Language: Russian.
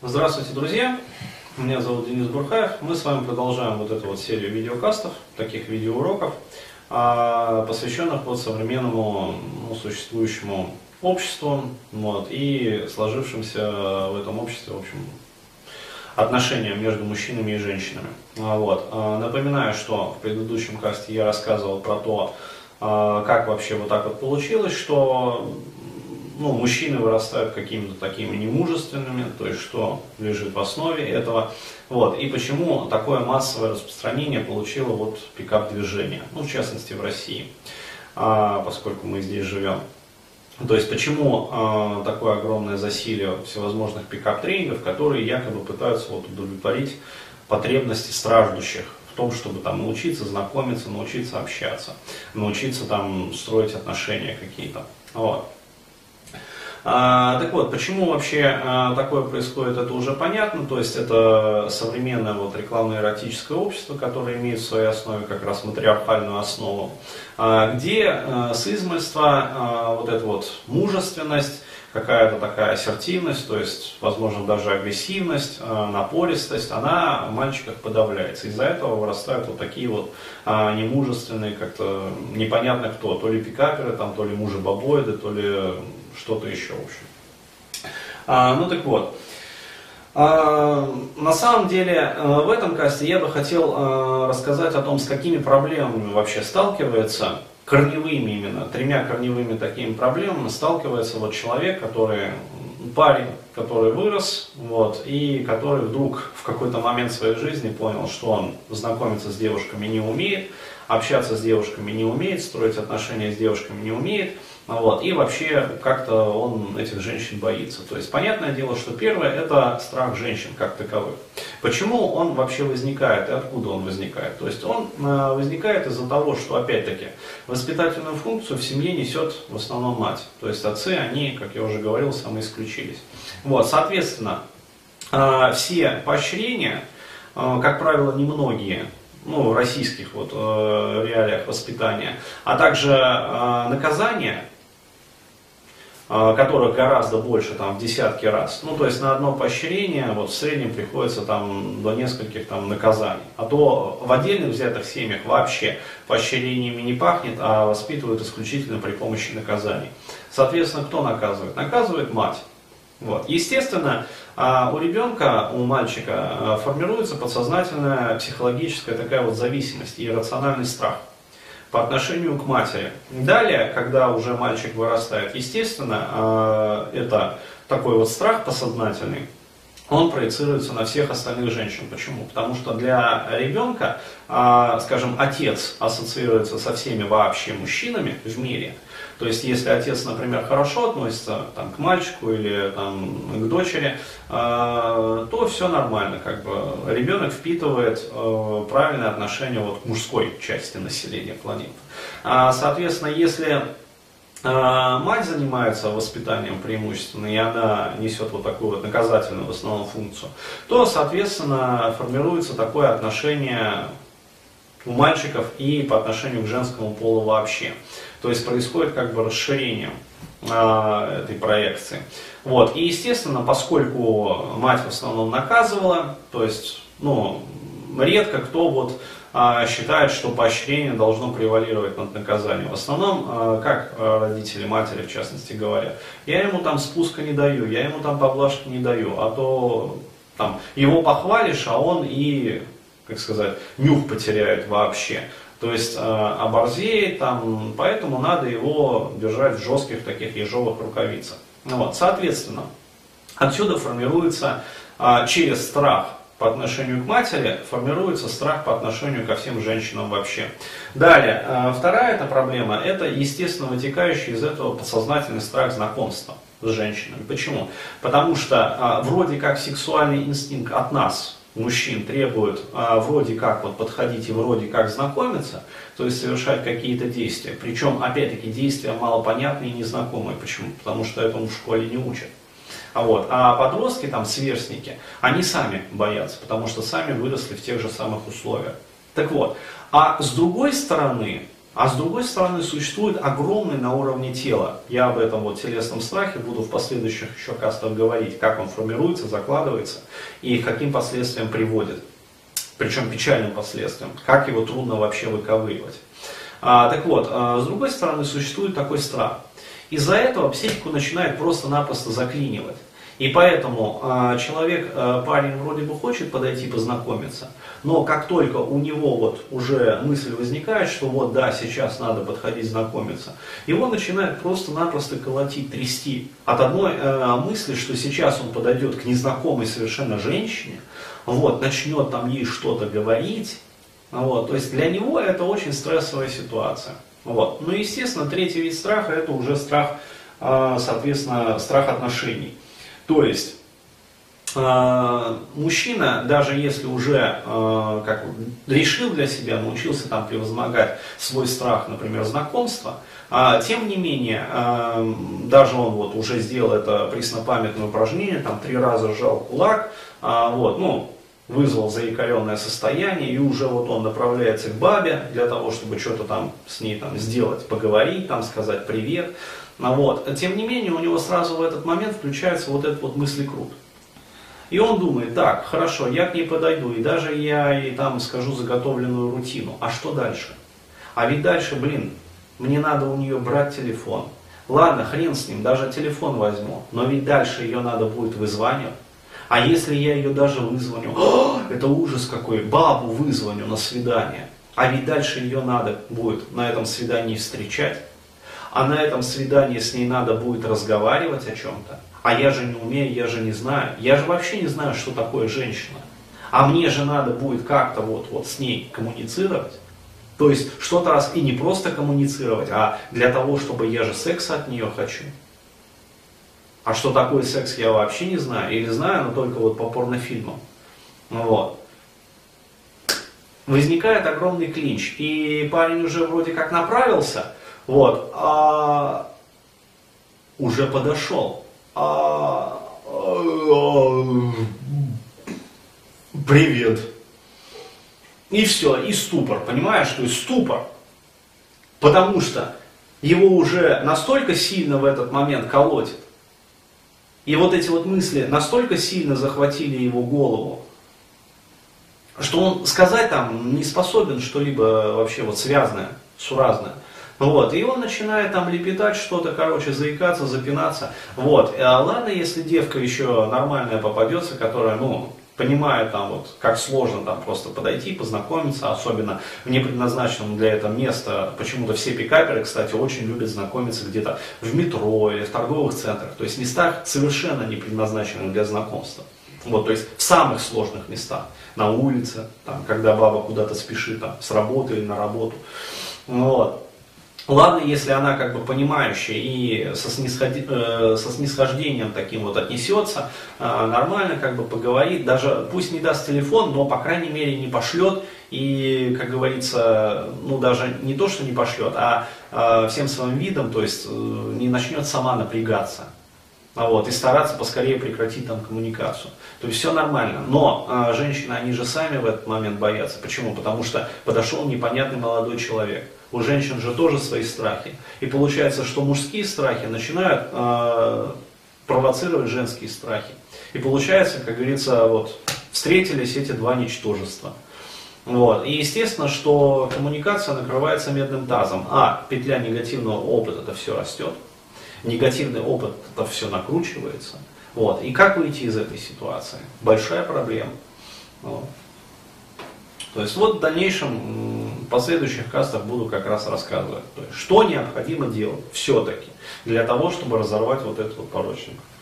Здравствуйте, друзья! Меня зовут Денис Бурхаев. Мы с вами продолжаем вот эту вот серию видеокастов, таких видеоуроков, посвященных вот современному существующему обществу и сложившимся в этом обществе, в общем, отношениям между мужчинами и женщинами. Напоминаю, что в предыдущем касте я рассказывал про то, как вообще вот так вот получилось, что мужчины вырастают какими-то такими немужественными, то есть что лежит в основе этого, и почему такое массовое распространение получило вот пикап-движение, в частности в России, поскольку мы здесь живем. То есть почему такое огромное засилие всевозможных пикап-тренингов, которые якобы пытаются удовлетворить потребности страждущих в том, чтобы научиться знакомиться, научиться общаться, научиться строить отношения какие-то. Так вот, почему вообще такое происходит, это уже понятно, то есть это современное рекламно-эротическое общество, которое имеет в своей основе как раз матриархальную основу, где с измольства эта мужественность, какая-то такая ассертивность, то есть, возможно, даже агрессивность, напористость, она в мальчиках подавляется. Из-за этого вырастают такие немужественные, как-то непонятно кто, то ли пикаперы, то ли мужебабоиды, то ли что-то еще, в общем. На самом деле, в этом касте я бы хотел рассказать о том, с какими проблемами вообще сталкивается, корневыми именно, 3 корневыми такими проблемами сталкивается человек, парень, который вырос, и который вдруг в какой-то момент своей жизни понял, что он знакомиться с девушками не умеет, общаться с девушками не умеет, строить отношения с девушками не умеет, и вообще как-то он этих женщин боится. То есть понятное дело, что первое – это страх женщин как таковых. Почему он вообще возникает и откуда он возникает? То есть он возникает из-за того, что опять-таки воспитательную функцию в семье несет в основном мать. То есть отцы, они, как я уже говорил, самоисключились. Соответственно, все поощрения, как правило, немногие, в российских реалиях воспитания, а также наказания, которых гораздо больше, в десятки раз. То есть на одно поощрение в среднем приходится до нескольких наказаний. А то в отдельных взятых семьях вообще поощрениями не пахнет, а воспитывают исключительно при помощи наказаний. Соответственно, кто наказывает? Наказывает мать. Естественно, у ребенка, у мальчика формируется подсознательная психологическая такая зависимость и иррациональный страх по отношению к матери. Далее, когда уже мальчик вырастает, естественно, это такой страх подсознательный, он проецируется на всех остальных женщин. Почему? Потому что для ребенка, скажем, отец ассоциируется со всеми вообще мужчинами в мире. То есть, если отец, например, хорошо относится к мальчику или к дочери, то все нормально. Ребенок впитывает правильное отношение к мужской части населения планеты. Соответственно, если мать занимается воспитанием преимущественно, и она несет такую наказательную в основном функцию, то, соответственно, формируется такое отношение у мальчиков и по отношению к женскому полу вообще. То есть происходит расширение этой проекции. И, естественно, поскольку мать в основном наказывала, то есть, редко кто считает, что поощрение должно превалировать над наказанием. В основном, как родители, матери в частности говорят, я ему спуска не даю, я ему поблажки не даю, а то его похвалишь, а он и, нюх потеряет вообще. То есть оборзеет, поэтому надо его держать в жестких таких ежовых рукавицах. Соответственно, отсюда формируется через страх по отношению к матери, формируется страх по отношению ко всем женщинам вообще. Далее, вторая эта проблема, это естественно вытекающий из этого подсознательный страх знакомства с женщинами. Почему? Потому что вроде как сексуальный инстинкт от нас, мужчин, требует вроде как подходить и вроде как знакомиться, то есть совершать какие-то действия. Причем, опять-таки, действия малопонятные и незнакомые. Почему? Потому что этому в школе не учат. А подростки, сверстники, они сами боятся, потому что сами выросли в тех же самых условиях. Так вот, а с другой стороны, А с другой стороны, существует огромный на уровне тела. Я об этом вот телесном страхе буду в последующих еще кастах говорить, как он формируется, закладывается и к каким последствиям приводит. Причем печальным последствиям, как его трудно вообще выковыривать. Так вот, с другой стороны, существует такой страх. Из-за этого психику начинает просто-напросто заклинивать. И поэтому человек, парень вроде бы хочет подойти познакомиться, но как только у него вот уже мысль возникает, что вот да, сейчас надо подходить знакомиться, его начинает просто-напросто колотить, трясти от одной мысли, что сейчас он подойдет к незнакомой совершенно женщине, вот, начнет там ей что-то говорить, вот, то есть для него это очень стрессовая ситуация. Вот. Ну, естественно, третий вид страха это уже страх, соответственно, страх отношений. То есть мужчина, даже если уже решил для себя, научился там превозмогать свой страх, например, знакомства, тем не менее, даже он вот уже сделал это преснопамятное упражнение, там 3 раза сжал кулак, вот, ну, вызвал заикаренное состояние, и уже вот он направляется к бабе для того, чтобы что-то там с ней там сделать, поговорить, там сказать привет. Вот. Тем не менее, у него сразу в этот момент включается вот этот вот мыслекрут. И он думает, так, хорошо, я к ней подойду, и даже я ей там скажу заготовленную рутину. А что дальше? А ведь дальше, блин, мне надо у нее брать телефон. Ладно, хрен с ним, даже телефон возьму, но ведь дальше ее надо будет вызванивать. А если я ее даже вызвоню, это ужас какой, бабу вызвоню на свидание. А ведь дальше ее надо будет на этом свидании встречать. А на этом свидании с ней надо будет разговаривать о чем-то. А я же не умею, я же не знаю. Я же вообще не знаю, что такое женщина. А мне же надо будет как-то вот с ней коммуницировать. То есть что-то раз и не просто коммуницировать, а для того, чтобы я же секса от нее хочу. А что такое секс, я вообще не знаю. Или знаю, но только вот по порнофильмам. Вот. Возникает огромный клинч. И парень уже вроде как направился, вот, а уже подошел. Привет. И все, и ступор, понимаешь, то есть ступор. Потому что его уже настолько сильно в этот момент колотит. И вот эти вот мысли настолько сильно захватили его голову, что он сказать там не способен что-либо вообще вот связанное, суразное. Вот, и он начинает там лепетать что-то, короче, заикаться, запинаться. Вот, ладно, если девка еще нормальная попадется, которая, ну, понимает там вот, как сложно там просто подойти, познакомиться, особенно в непредназначенном для этого места. Почему-то все пикаперы, кстати, очень любят знакомиться где-то в метро или в торговых центрах, то есть местах совершенно не предназначенных для знакомства. Вот, то есть в самых сложных местах, на улице, там, когда баба куда-то спешит, там, с работы или на работу. Вот. Ладно, если она как бы понимающая и со снисхождением таким вот отнесется, нормально как бы поговорит, даже пусть не даст телефон, но по крайней мере не пошлет и, как говорится, ну даже не то, что не пошлет, а всем своим видом, то есть не начнет сама напрягаться. Вот, и стараться поскорее прекратить там коммуникацию. То есть все нормально. Но женщины, они же сами в этот момент боятся. Почему? Потому что подошел непонятный молодой человек. У женщин же тоже свои страхи. И получается, что мужские страхи начинают провоцировать женские страхи. И получается, как говорится, вот, встретились эти два ничтожества. Вот. И естественно, что коммуникация накрывается медным тазом. Петля негативного опыта, это все растет. Негативный опыт, это все накручивается. Вот. И как выйти из этой ситуации? Большая проблема. Вот. То есть вот в дальнейшем, в последующих кастах буду как раз рассказывать, то есть, что необходимо делать все-таки для того, чтобы разорвать вот этот вот порочник.